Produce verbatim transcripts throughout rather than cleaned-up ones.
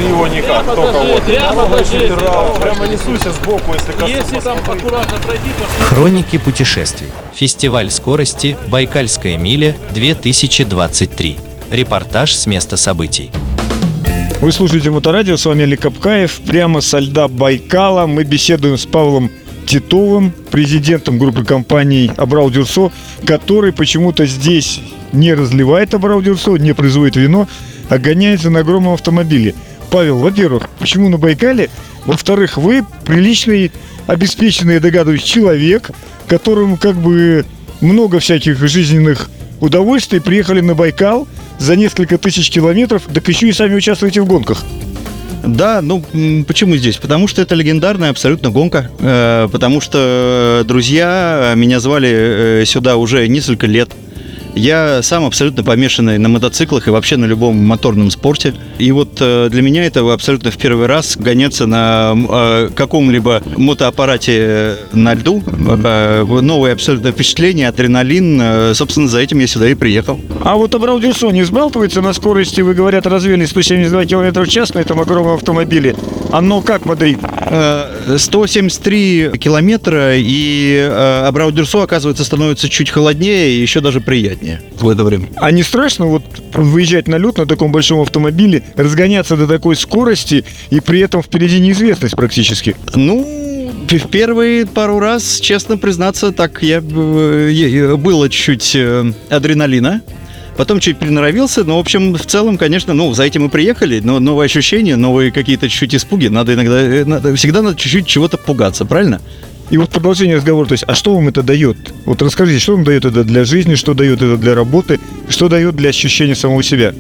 его никак, Прямо только даже, вот. прямо Ногой даже, собирал, прямо прямо даже. несуся сбоку, если коснусь. Если там аккуратно пройти, то... Хроники путешествий. Фестиваль скорости «Байкальская миля две тысячи двадцать три». Репортаж с места событий. Вы слушаете Моторадио, с вами Олег Капкаев. Прямо со льда Байкала мы беседуем с Павлом Титовым, президентом группы компаний Абрау Дюрсо, который почему-то здесь не разливает Абрау Дюрсо, не производит вино, а гоняется на огромном автомобиле. Павел, во-первых, почему на Байкале? Во-вторых, вы приличный, обеспеченный, я догадываюсь, человек, которому как бы много всяких жизненных удовольствий, приехали на Байкал за несколько тысяч километров, так еще и сами участвуете в гонках. Да, ну м, почему здесь? Потому что это легендарная абсолютно гонка. Э, потому что друзья меня звали э, сюда уже несколько лет. Я сам абсолютно помешанный на мотоциклах и вообще на любом моторном спорте. И вот э, для меня это абсолютно в первый раз гоняться на э, каком-либо мотоаппарате на льду. Э, новое абсолютно впечатление, адреналин. Э, собственно, за этим я сюда и приехал. А вот Абрау Дюрсо не взбалтывается на скорости, вы, говорят, развили сто семьдесят два километра в час на этом огромном автомобиле. Оно как бодрит? Э, сто семьдесят три километра, и э, Абрау Дюрсо, оказывается, становится чуть холоднее и еще даже приятнее в это время. А не страшно вот выезжать на лед на таком большом автомобиле, разгоняться до такой скорости, и при этом впереди неизвестность практически? Ну, в первые пару раз, честно признаться, так я э, было чуть э, адреналина. Потом чуть приноровился, но, в общем, в целом, конечно, ну, за этим и приехали, но новые ощущения, новые какие-то чуть-чуть испуги. Надо иногда, надо, всегда надо чуть-чуть чего-то пугаться, правильно? И вот продолжение разговора, то есть, а что вам это дает? Вот расскажите, что вам дает это для жизни, что дает это для работы, что дает для ощущения самого себя?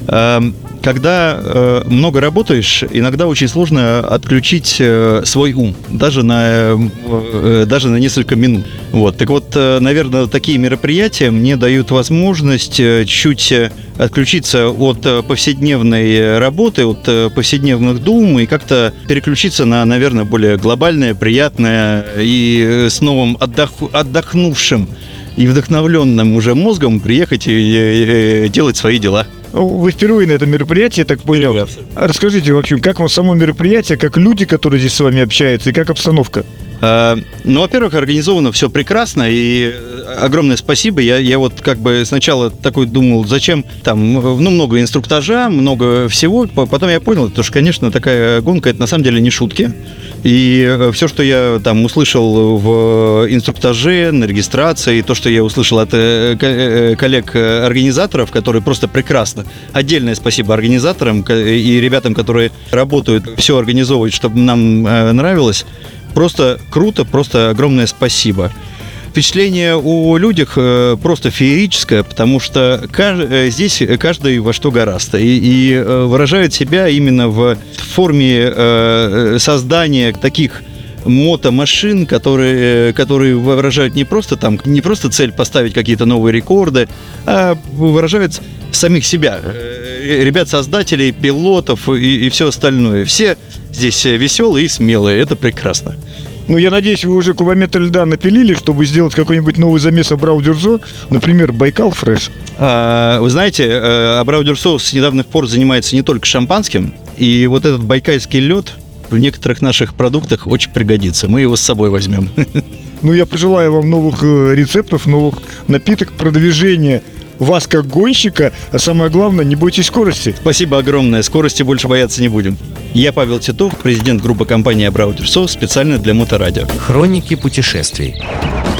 Когда э, много работаешь, иногда очень сложно отключить э, свой ум, даже на, э, даже на несколько минут. Вот. Так вот, э, наверное, такие мероприятия мне дают возможность э, чуть отключиться от э, повседневной работы, от э, повседневных дум и как-то переключиться на, наверное, более глобальное, приятное и э, с новым отдох, отдохнувшим и вдохновленным уже мозгом приехать и, и, и делать свои дела. Вы впервые на этом мероприятии, я так понял. А расскажите, в общем, как вам само мероприятие, как люди, которые здесь с вами общаются, и как обстановка? А, ну, во-первых, организовано все прекрасно, и огромное спасибо. Я, я вот как бы сначала такой думал, зачем там, ну, много инструктажа, много всего. Потом я понял, что, конечно, такая гонка, это на самом деле не шутки. И все, что я там услышал в инструктаже, на регистрации, то, что я услышал от коллег-организаторов, которые просто прекрасно. Отдельное спасибо организаторам и ребятам, которые работают, все организовывают, чтобы нам нравилось. Просто круто, просто огромное спасибо. Впечатление о людях просто феерическое, потому что здесь каждый во что гораздо. И, и выражает себя именно в форме создания таких мотомашин, которые, которые выражают не просто, там, не просто цель поставить какие-то новые рекорды, а выражают самих себя. Ребят-создателей, пилотов и, и все остальное. Все здесь веселые и смелые. Это прекрасно. Ну, я надеюсь, вы уже кубометр льда напилили, чтобы сделать какой-нибудь новый замес Абрау Дюрсо, например, Байкал Фреш. А, вы знаете, Абрау Дюрсо с недавних пор занимается не только шампанским, и вот этот байкальский лед в некоторых наших продуктах очень пригодится. Мы его с собой возьмем. Ну, я пожелаю вам новых рецептов, новых напиток, продвижения вас как гонщика, а самое главное, не бойтесь скорости. Спасибо огромное, скорости больше бояться не будем. Я Павел Титов, президент группы компании Абрау Дюрсо, специально для Моторадио. Хроники путешествий.